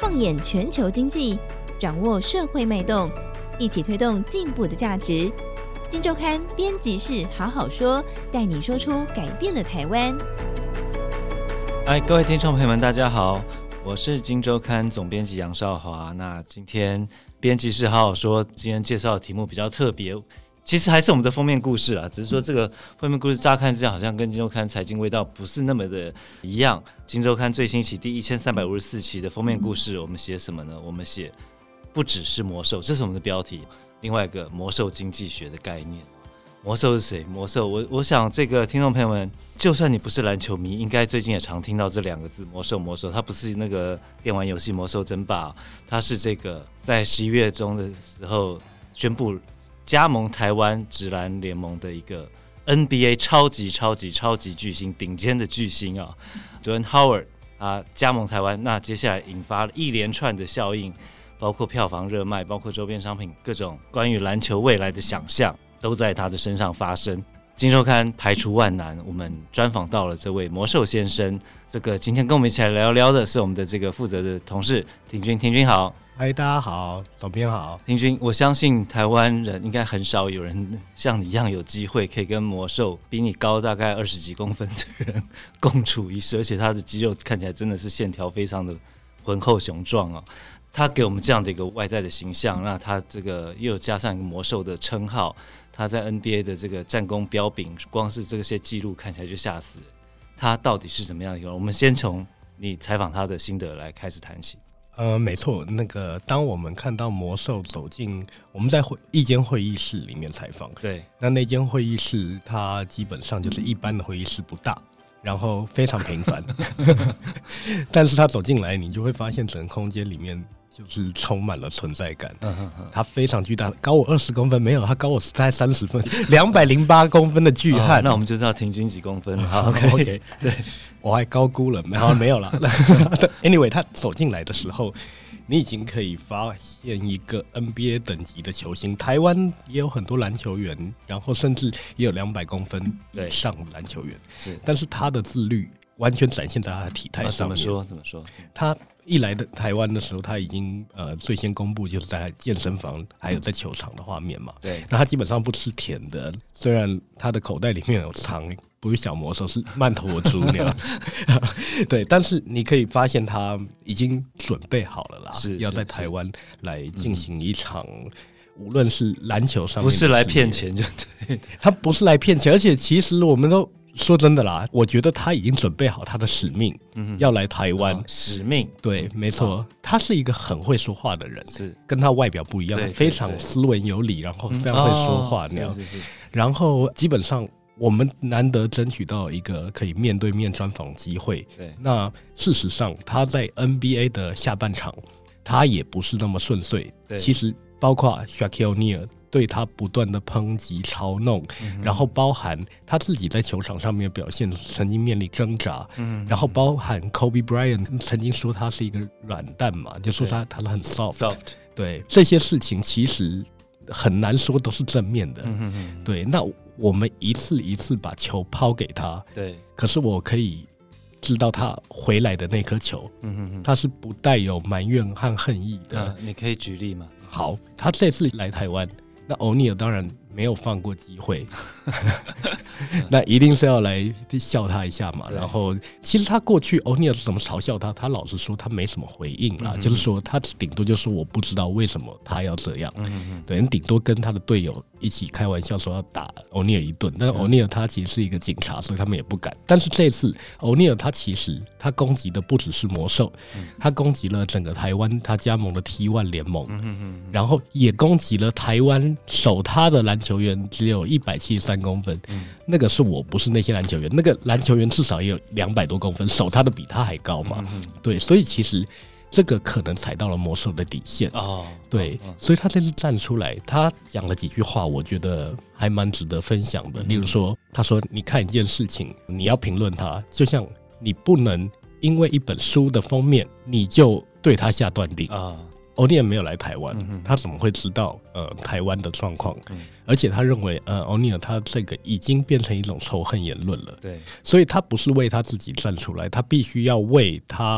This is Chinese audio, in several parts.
放眼全球经济，掌握社会脉动，一起推动进步的价值。今周刊编辑室好好说，带你说出改变的台湾。 嗨，各位听众朋友们，大家好，我是今周刊总编辑杨少华。那今天编辑室好好说，今天介绍的题目比较特别，其实还是我们的封面故事啦，只是说这个封面故事乍看之下好像跟今周刊财经味道不是那么的一样。今周刊最新期第1354期的封面故事，我们写什么呢？我们写不只是魔兽，这是我们的标题。另外一个魔兽经济学的概念。魔兽是谁？魔兽，我想这个听众朋友们，就算你不是篮球迷，应该最近也常听到这两个字，魔兽。魔兽，它不是那个电玩游戏魔兽争霸，它是这个在11月中的时候宣布加盟台湾职篮联盟的一个 NBA 超级巨星，顶尖的巨星啊 ，Dwight Howard 他加盟台湾，那接下来引发了一连串的效应，包括票房热卖，包括周边商品，各种关于篮球未来的想象都在他的身上发生。今周刊排除万难，我们专访到了这位魔兽先生。这个今天跟我们一起来聊聊的是我们的这个负责的同事庭君。庭君好。 嗨，大家好，总编好。 庭君，我相信台湾人应该很少有人像你一样有机会可以跟魔兽比你高大概20几公分的人共处一室，而且他的肌肉看起来真的是线条非常的浑厚雄壮哦。他给我们这样的一个外在的形象，那他这个又加上一个魔兽的称号，他在 NBA 的这个战功彪炳，光是这些记录看起来就吓死人。他到底是怎么样的一个人？我们先从你采访他的心得来开始谈起。 没错，当我们看到魔兽走进，我们在一间会议室里面采访， 对， 那间会议室它基本上就是一般的会议室，不大，然后非常平凡，但是他走进来，你就会发现整个空间里面就是充满了存在感。他非常巨大，高我20公分没有，他高我大概30分，208公分的巨汉。 那我们就知道庭君几公分了。 OK， 对，我还高估了，没有了。Anyway， 他走进来的时候，你已经可以发现一个 NBA 等级的球星。台湾也有很多篮球员，然后甚至也有200公分以上的篮球员，但是他的自律完全展现在他的体态上面。 怎么说？ 他一来的台湾的时候，他已经最先公布就是在健身房还有在球场的画面嘛。 对， 那他基本上不吃甜的，虽然他的口袋里面有藏，不是小魔兽，是曼陀珠那样。对，但是你可以发现他已经准备好了啦，要在台湾来进行一场。无论是篮球上面， 不是来骗钱就对， 他不是来骗钱，而且其实我们都说真的啦，我觉得他已经准备好他的使命，要来台湾。 使命， 对，没错，他是一个很会说话的人， 是跟他外表不一样，非常斯文有礼，然后非常会说话那样。然后基本上我们难得争取到一个可以面对面专访机会。那事实上他在 NBA 的下半场，他也不是那么顺遂。其实包括 Shaquille O'Neal 对他不断的抨击嘲弄，然后包含他自己在球场上面表现曾经面临挣扎，然后包含 Kobe Bryant 曾经说他是一个软蛋嘛，就说他很 soft。 对，这些事情其实很难说都是正面的。对，那我们一次一次把球抛给他，对，可是我可以知道他回来的那颗球，他是不带有埋怨和恨意的。 你可以举例吗？ 好，他这次来台湾，那欧尼尔当然没有放过机会，那一定是要来笑他一下嘛。然后其实他过去欧尼尔怎么嘲笑他，他老实说他没什么回应啦，就是说他顶多就说我不知道为什么他要这样。对，顶多跟他的队友一起开玩笑说要打欧尼尔一顿，但是欧尼尔他其实是一个警察，所以他们也不敢。但是这次欧尼尔他其实他攻击的不只是魔兽，他攻击了整个台湾他加盟的 T1 联盟，然后也攻击了台湾守他的篮球员只有173公分，那个是我不是那些篮球员，那个篮球员至少也有200多公分，守他的比他还高嘛。对，所以其实这个可能踩到了魔兽的底线。对，所以他这次站出来，他讲了几句话，我觉得还蛮值得分享的。例如说，他说：“你看一件事情，你要评论它，就像你不能因为一本书的封面，你就对它下断定。”欧尼尔没有来台湾，他怎么会知道台湾的状况？而且他认为欧尼尔他这个已经变成一种仇恨言论了。对，所以他不是为他自己站出来，他必须要为他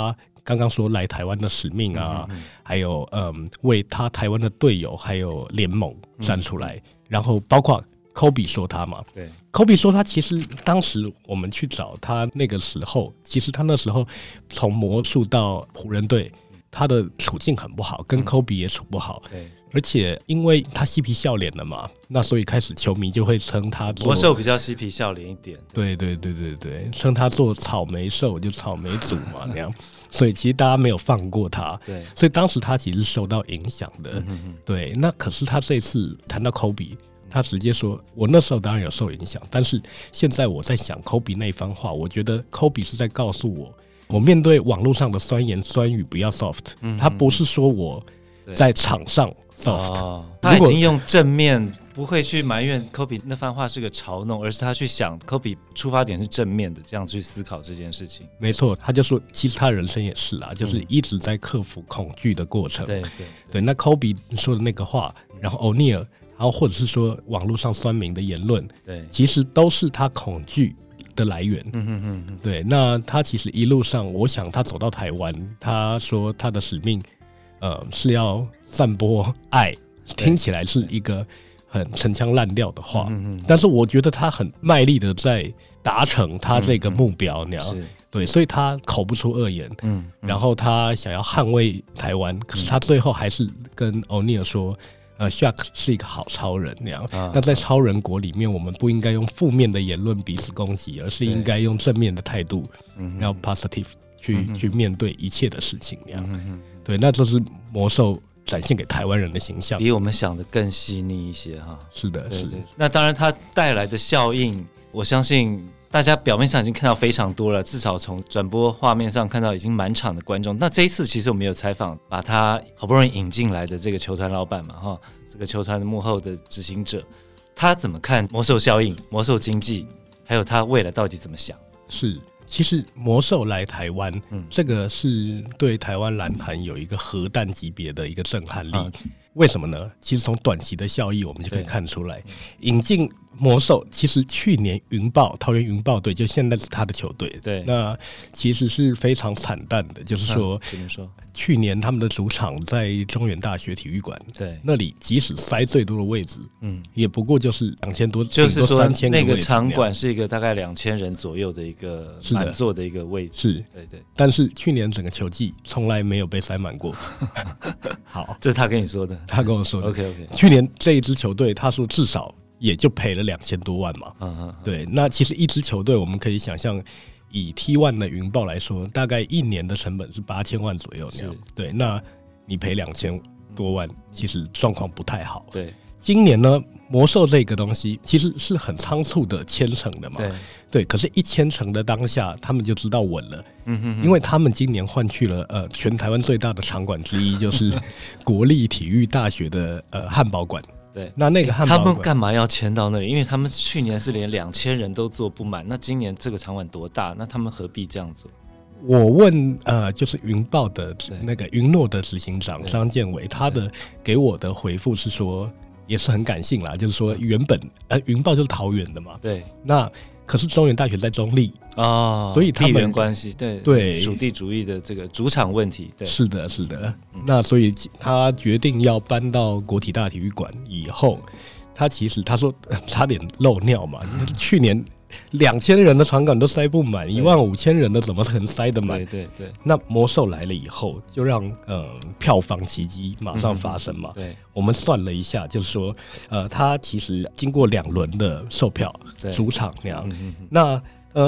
刚刚说来台湾的使命啊，还有为他台湾的队友还有联盟站出来，然后包括Kobe 说他嘛， 对 ，Kobe 说他其实当时我们去找他那个时候，其实他那时候从魔术到湖人队，他的处境很不好，跟 Kobe 也处不好， 对， 而且因为他嬉皮笑脸了嘛，那所以开始球迷就会称他做魔兽比较嬉皮笑脸一点， 对，称他做草莓兽，就草莓族嘛那样，所以其实大家没有放过他， 对， 所以当时他其实是受到影响的，对，那可是他这次谈到 Kobe。他直接说：“我那时候当然有受影响，但是现在我在想 Kobe 那一番话，我觉得 Kobe 是在告诉我，我面对网络上的酸言酸语不要 soft。他不是说我在场上 soft， 他已经用正面，不会去埋怨 Kobe 那番话是个嘲弄，而是他去想 Kobe 出发点是正面的，这样去思考这件事情。 没错，他就说，其实他人生也是啦，就是一直在克服恐惧的过程。对，那 Kobe 说的那个话，然后 O'Neal。”然后或者是说网络上酸民的言论，对，其实都是他恐惧的来源。对，那他其实一路上，我想他走到台湾，他说他的使命，是要散播爱，听起来是一个很陈腔滥调的话，但是我觉得他很卖力的在达成他这个目标，那样。对，所以他口不出恶言，然后他想要捍卫台湾，可是他最后还是跟 O'Neal 说。Shaq 是一个好超人那样，那在超人国里面，我们不应该用负面的言论彼此攻击，而是应该用正面的态度，然后 positive 去面对一切的事情那样。对，那这是魔兽展现给台湾人的形象， 比我们想的更细腻一些哈。 是的，是的。 那当然，它带来的效应，我相信大家表面上已经看到非常多了，至少从转播画面上看到已经满场的观众。那这一次其实我们有采访把他好不容易引进来的这个球团老板嘛，哈，这个球团的幕后的执行者，他怎么看魔兽效应、魔兽经济，还有他未来到底怎么想？ 是，其实魔兽来台湾，这个是对台湾篮坛有一个核弹级别的一个震撼力。为什么呢？其实从短期的效益我们就可以看出来，引进魔兽，其实去年桃园云豹队就现在是他的球队，对，那其实是非常惨淡的，就是说，去年他们的主场在中原大学体育馆，对，那里即使塞最多的位置，也不过就是2000多， 就是说 3000个那个场馆是一个大概2000人左右的一个满座的一个位置， 是，对。但是去年整个球季从来没有被塞满过。好， 这是他跟你说的。 他跟我说的 ，OK， 去年这一支球队，他说至少也就赔了2000多万嘛。对，那其实一支球队，我们可以想象，以 T1 的云豹来说，大概一年的成本是8000万左右那样。对，那你赔2000多万，其实状况不太好。对，今年呢，魔兽这个东西其实是很仓促的签成的嘛。对，可是一签成的当下，他们就知道稳了。因为他们今年换去了全台湾最大的场馆之一，就是国立体育大学的汉堡馆。对，那个汉堡馆， 他们干嘛要迁到那里？因为他们去年是连2000人都坐不满，那今年这个场馆多大？那他们何必这样做？ 我问就是云豹的那个云诺的执行长张建伟，他的给我的回复是说，也是很感性啦，就是说原本云豹就是桃园的嘛，对，那可是中原大学在中立所以他们地缘关系，对属地主义的这个主场问题，对， 是的，那所以他决定要搬到国体大体育馆以后，他说差点漏尿嘛，去年2000人的场馆都塞不满，15000人的怎么可能塞得满？对。那魔兽来了以后，就让票房奇迹马上发生嘛。对，我们算了一下，就是说，他其实经过2轮的售票，主场那样，那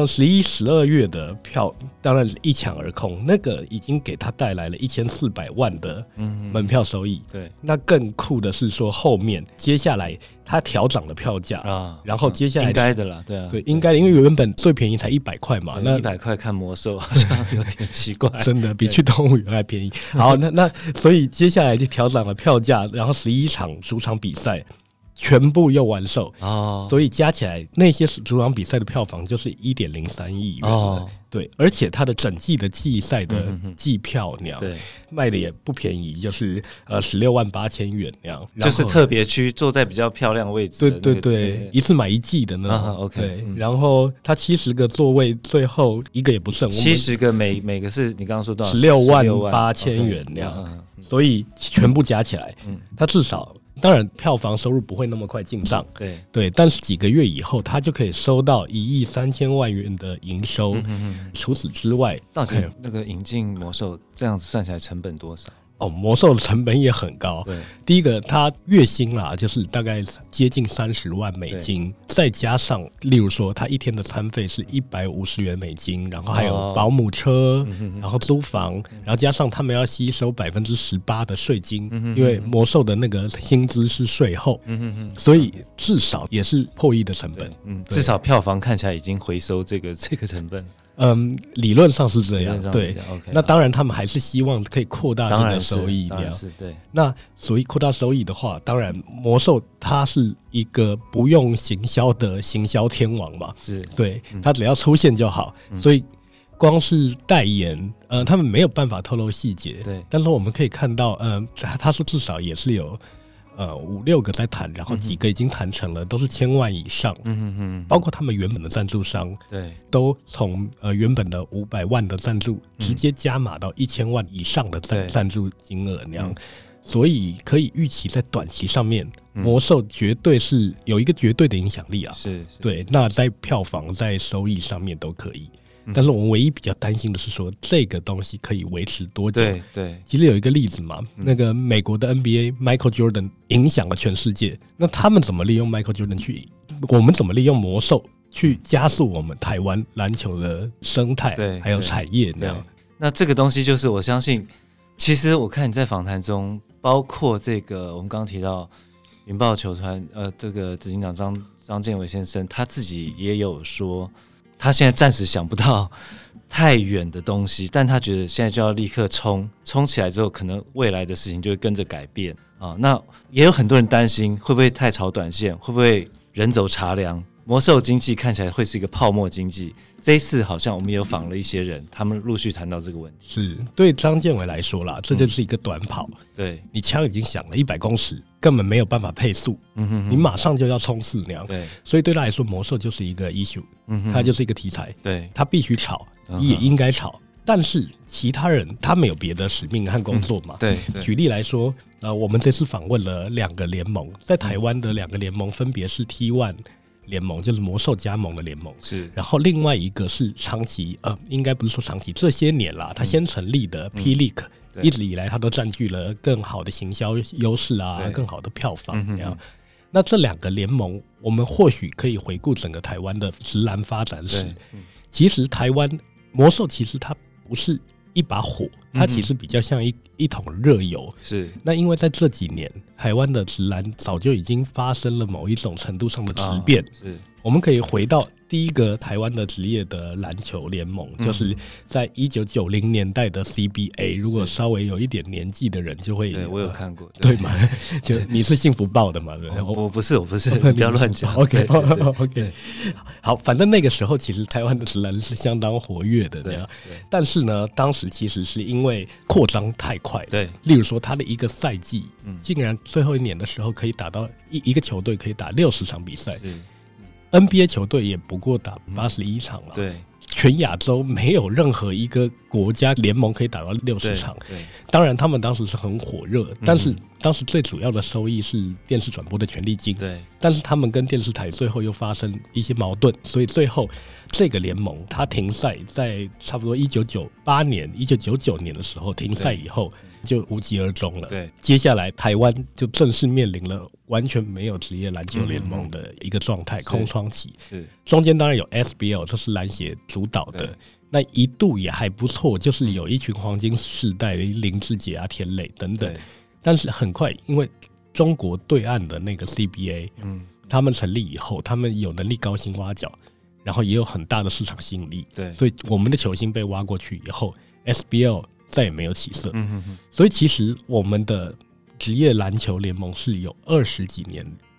11、12月的票当然一抢而空，那个已经给他带来了1400万的门票收益。对，那更酷的是说后面接下来他调涨了票价然后接下来应该的啦，对， 应该的，因为原本最便宜才100块嘛，那 100块看魔兽好像有点奇怪， 真的比去动物园还便宜。好，那所以接下来就调涨了票价，然后11场主场比赛。 全部又完售所以加起来那些主场比赛的票房就是 1.03 亿元对，而且它的整季的季赛的季票那样卖的也不便宜，就是168000元那样， 就是特别区坐在比较漂亮位置的对，一次买一季的那种 OK 对，然后它70个座位，最后一个也不剩 ，70个每个是你刚刚说多少 ？168000元那样，所以全部加起来，它至少。当然，票房收入不会那么快进账，对，但是几个月以后，他就可以收到1.3亿元的营收。除此之外， 到底那个引进魔兽这样子算起来成本多少？ 魔兽的成本也很高。第一个，它月薪啦，就是大概接近30万美金，再加上，例如说，它一天的餐费是150元美金，然后还有保姆车，然后租房，然后加上他们要吸收18%的税金，因为魔兽的那个薪资是税后，所以至少也是破亿的成本。 至少票房看起来已经回收这个成本。 理论上是这样，对。 Okay, 那当然，他们还是希望可以扩大这个收益。 当然是对。 那所以扩大收益的话，当然魔兽它是一个不用行销的行销天王嘛， 是对，它只要出现就好。所以光是代言，他们没有办法透露细节， 对。 但是我们可以看到，他说至少也是有。5-6个在谈，然后几个已经谈成了，都是1000万以上。包括他们原本的赞助商， 对， 都从原本的500万的赞助，直接加码到1000万以上的赞助金额那样。所以可以预期在短期上面，魔兽绝对是有一个绝对的影响力啊。 是对，那在票房、在收益上面都可以。但是我们唯一比较担心的是说，这个东西可以维持多久？ 对， 其实有一个例子嘛，那个美国的 NBA Michael Jordan 影响了全世界，那他们怎么利用 Michael Jordan 我们怎么利用魔兽去加速我们台湾篮球的生态还有产业那样？ 那这个东西就是我相信，其实我看你在访谈中，包括这个我们刚刚提到云豹球团，这个执行长张建伟先生他自己也有说。他现在暂时想不到太远的东西，但他觉得现在就要立刻冲起来之后，可能未来的事情就会跟着改变啊。那也有很多人担心，会不会太炒短线，会不会人走茶凉？魔兽经济看起来会是一个泡沫经济。这一次好像我们有访了一些人，他们陆续谈到这个问题。 是对张建伟来说啦，这就是一个短跑。 对， 你枪已经响了100公尺，根本没有办法配速。你马上就要冲刺那样。 对， 所以对他来说，魔兽就是一个 issue，它就是一个题材。 对， 他必须炒，也应该炒。但是其他人他们有别的使命和工作嘛？ 对， 举例来说，我们这次访问了2个联盟，在台湾的2个联盟分别是 T1。联盟就是魔兽加盟的联盟， 是。 然后另外一个是长期，应该不是说长期，这些年啦，他先成立的 P-League，一直以来他都占据了更好的行销优势啊，更好的票房。那这2个联盟，我们或许可以回顾整个台湾的职篮发展史。其实台湾魔兽其实它不是一把火，它其实比较像一桶热油。 是。 那因为在这几年，台湾的职篮早就已经发生了某一种程度上的质变。 是。 我们可以回到第一个台湾的职业的篮球联盟，就是在1990年代的 CBA。如果稍微有一点年纪的人就会， 对我有看过， 对吗？就你是幸福报的嘛？对我不是，不要乱讲。 OK， 好，反正那个时候其实台湾的职篮是相当活跃的，对。但是呢，当时其实是因为扩张太快， 对。 例如说，他的一个赛季，竟然最后一年的时候可以打到一个球队可以打60场比赛。NBA 球队也不过打81场了， 对， 全亚洲没有任何一个国家联盟可以打到60场。 对， 当然他们当时是很火热，但是当时最主要的收益是电视转播的权利金。 对， 但是他们跟电视台最后又发生一些矛盾，所以最后这个联盟它停赛，在差不多1998年、1999年的时候停赛以后。就无疾而终了。 对， 接下来台湾就正式面临了完全没有职业篮球联盟的一个状态，空窗期。 是， 中间当然有 SBL， 这是篮协主导的，那一度也还不错，就是有一群黄金世代，林志杰啊、田磊等等。但是很快，因为中国对岸的那个 CBA，他们成立以后，他们有能力高薪挖角，然后也有很大的市场吸引力。 对， 所以我们的球星被挖过去以后 ，SBL。再也没有起色，所以其实我们的职业篮球联盟是有20几年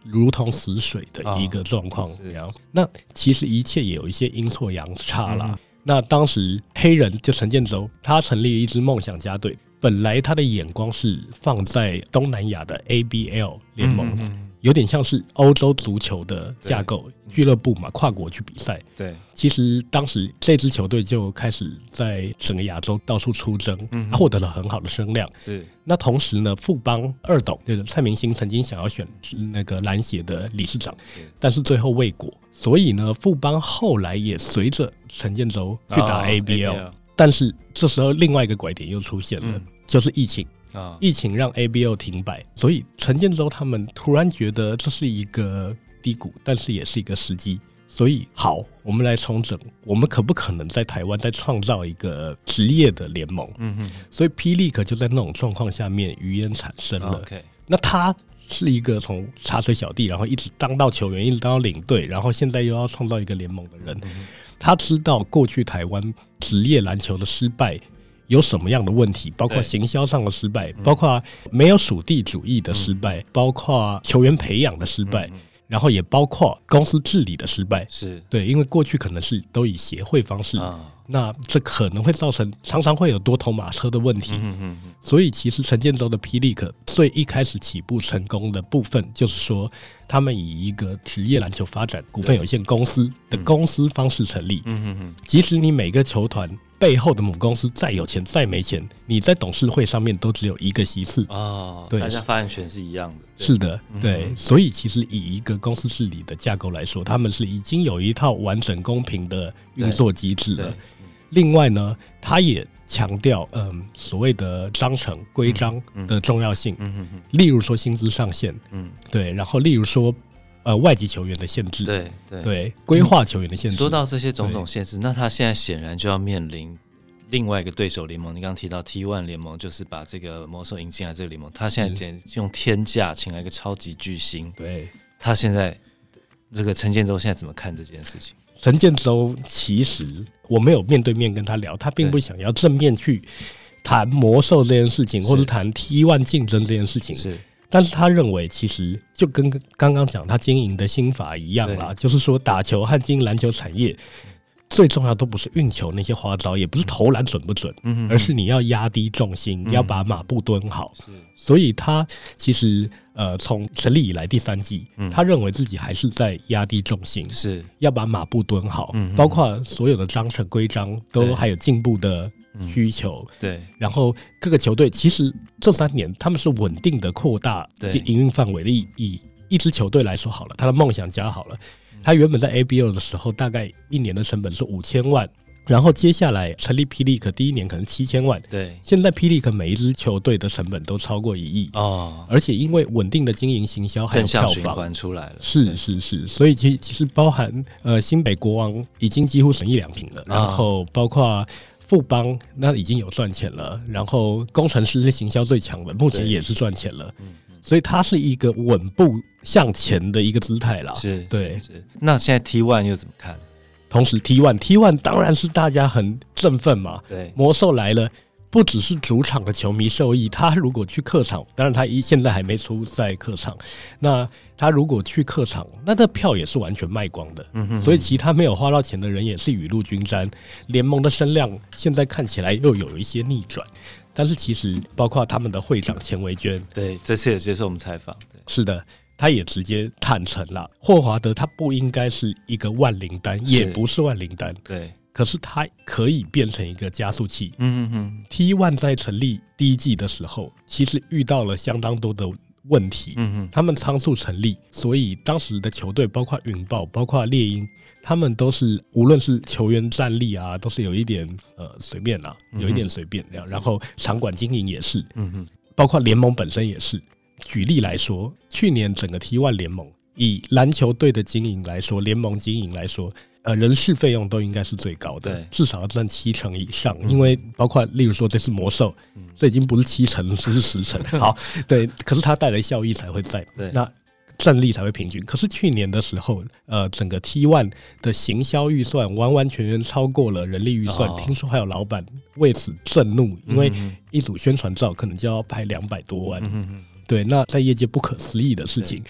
如同死水的一个状况。那其实一切也有一些阴错阳差啦。那当时黑人就陈建州，他成立了一支梦想家队，本来他的眼光是放在东南亚的 ABL 联盟，有点像是欧洲足球的架构，俱乐部嘛，跨国去比赛。对，其实当时这支球队就开始在整个亚洲到处出征，获得了很好的声量。是，那同时呢，富邦二董就是蔡明兴曾经想要选那个篮协的理事长，但是最后未果，所以呢，富邦后来也随着陈建州去打 ABL，但是这时候另外一个拐点又出现了，就是疫情。疫情让 ABL 停摆，所以陈建州他们突然觉得这是一个低谷，但是也是一个时机。所以好，我们来重整，我们可不可能在台湾再创造一个职业的联盟？所以霹雳可就在那种状况下面余烟产生了。那他是一个从茶水小弟，然后一直当到球员，一直当到领队，然后现在又要创造一个联盟的人，他知道过去台湾职业篮球的失败有什么样的问题，包括行销上的失败，包括没有属地主义的失败，包括球员培养的失败，然后也包括公司治理的失败。是对，因为过去可能是都以协会方式，那这可能会造成常常会有多头马车的问题。所以其实陈建州的霹雳可最一开始起步成功的部分，就是说他们以一个职业篮球发展股份有限公司的公司方式成立。即使你每个球团背后的母公司再有钱再没钱，你在董事会上面都只有一个席次。对， 大家发言权是一样的。 是的，对，所以其实以一个公司治理的架构来说，他们是已经有一套完整公平的运作机制了。另外呢，他也强调所谓的章程规章的重要性，例如说薪资上限，对，然后例如说外籍球员的限制，对，规划球员的限制。 说到这些种种限制，那他现在显然就要面临另外一个对手联盟。你刚刚提到 T1 联盟，就是把这个魔兽引进来这个联盟，他现在用天价请来一个超级巨星。对，他现在这个陈建州现在怎么看这件事情？ 陈建州其实我没有面对面跟他聊，他并不想要正面去谈魔兽这件事情，或者谈 T1 竞争这件事情。是，但是他认为其实就跟刚刚讲他经营的心法一样啦，就是说打球和经营篮球产业最重要都不是运球那些花招，也不是投篮准不准，而是你要压低重心，要把马步蹲好。所以他其实从成立以来第3季，他认为自己还是在压低重心，是要把马步蹲好，包括所有的章程规章都还有进步的需求。对，然后各个球队其实这3年他们是稳定的扩大营运范围的。以一支球队来说好了，他的梦想家好了，他原本在 ABL 的时候大概1年的成本是5000万，然后接下来成立霹雳可第1年可能7000万，对，现在霹雳可每一支球队的成本都超过1亿而且因为稳定的经营行销还有票房，正向循环出来了， 是，所以其实包含新北国王已经几乎省1-2平了，然后包括富邦那已经有赚钱了，然后工程师是行销最强的，目前也是赚钱了，所以它是一个稳步向前的一个姿态啦。是，对。 那现在 T1 又怎么看？ 同时 T1 当然是大家很振奋嘛。对，魔兽来了，不只是主场的球迷受益，他如果去客场，当然他现在还没出在客场，那他如果去客场，那这票也是完全卖光的。所以其他没有花到钱的人也是雨露均沾，联盟的声量现在看起来又有一些逆转。但是其实包括他们的会长钱维娟， 对，这次也接受我们采访， 是的，他也直接坦诚了，霍华德他不应该是一个万灵丹，也不是万灵丹，对，可是他可以变成一个加速器。T1 在成立第1季的时候，其实遇到了相当多的问题，他们仓促成立，所以当时的球队包括云豹，包括猎鹰，他们都是无论是球员战力啊，都是有一点随便啦，有一点随便，然后场馆经营也是，包括联盟本身也是。举例来说，去年整个 T1 联盟以篮球队的经营来说，联盟经营来说，人事费用都应该是最高的，至少要占70%以上，因为包括例如说这次魔兽，这已经不是70%，是10%。好，对，可是它带来效益才会在，那战力才会平均。可是去年的时候，整个 T1 的行销预算完完全全超过了人力预算，听说还有老板为此震怒，因为一组宣传照可能就要拍200多万。对，那在业界不可思议的事情。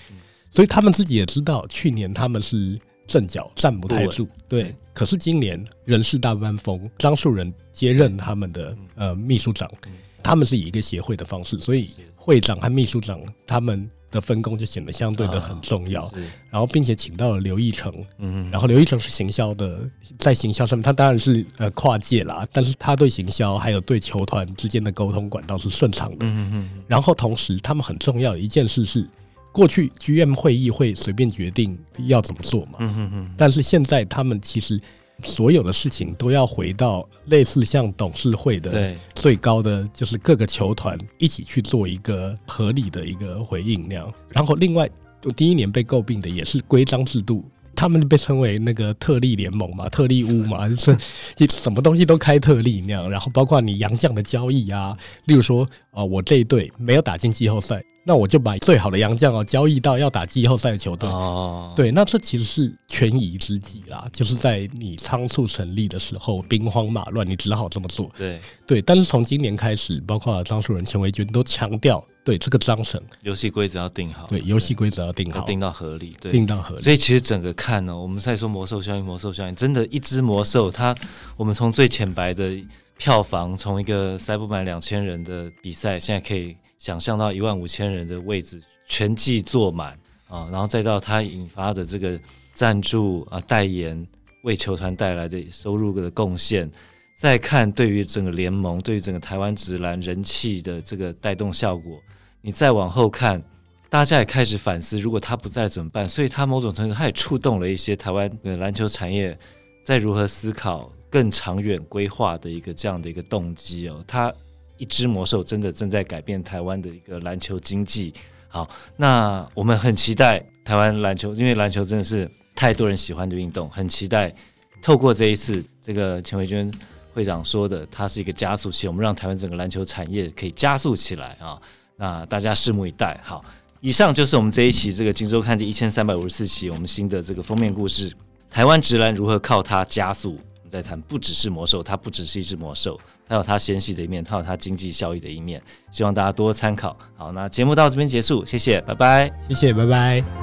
所以他们自己也知道，去年他们是阵脚站不太住，对。可是今年人事大班风，张树人接任他们的秘书长，他们是以一个协会的方式，所以会长和秘书长他们的分工就显得相对的很重要，然后并且请到了刘义成，然后刘义成是行销的，在行销上面他当然是跨界啦，但是他对行销还有对球团之间的沟通管道是顺畅的，然后同时他们很重要的一件事是，过去 GM 会议会随便决定要怎么做嘛，但是现在他们其实所有的事情都要回到类似像董事会的最高的，就是各个球团一起去做一个合理的一个回应那样。然后另外第一年被诟病的也是规章制度，他们被称为那个特例联盟嘛，特例屋嘛，就是什么东西都开特例那样。然后包括你洋将的交易啊，例如说我这一队没有打进季后赛，那我就把最好的洋将交易到要打季后赛的球队。对，那这其实是权宜之计啦，就是在你仓促成立的时候，兵荒马乱，你只好这么做。对，但是从今年开始，包括张树人、陈维军都强调，对这个章程， 游戏规则要定好， 对，游戏规则要定好， 要定到合理，对， 定到合理。 所以其实整个看呢，我们在说魔兽效应，真的，一只魔兽，我们从最浅白的票房，从一个塞不满2000人的比赛，现在可以想象到15000人的位置全季坐满啊，然后再到它引发的这个赞助啊、代言为球团带来的收入的贡献，再看对于整个联盟、对于整个台湾职篮人气的这个带动效果，你再往后看，大家也开始反思，如果他不在怎么办？所以他某种程度他也触动了一些台湾的篮球产业在如何思考更长远规划的一个这样的一个动机哦。他一只魔兽真的正在改变台湾的一个篮球经济。好，那我们很期待台湾篮球，因为篮球真的是太多人喜欢的运动，很期待透过这一次这个钱维娟会长说的，它是一个加速器，我们让台湾整个篮球产业可以加速起来啊！那大家拭目以待。好，以上就是我们这一期这个《今周刊》第1354期我们新的这个封面故事，台湾职篮如何靠它加速。我们在谈不只是魔兽，它不只是一只魔兽，它有它纤细的一面，它有它经济效益的一面，希望大家多参考。好，那节目到这边结束，谢谢，拜拜， 谢谢，拜拜。